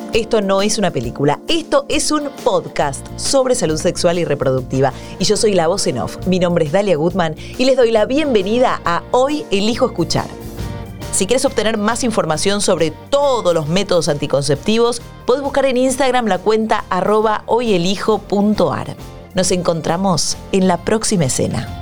Esto no es una película, esto es un podcast sobre salud sexual y reproductiva. Y yo soy la voz en off. Mi nombre es Dalia Gutman y les doy la bienvenida a Hoy Elijo Escuchar. Si quieres obtener más información sobre todos los métodos anticonceptivos, podés buscar en Instagram la cuenta @hoyelijo.ar. Nos encontramos en la próxima escena.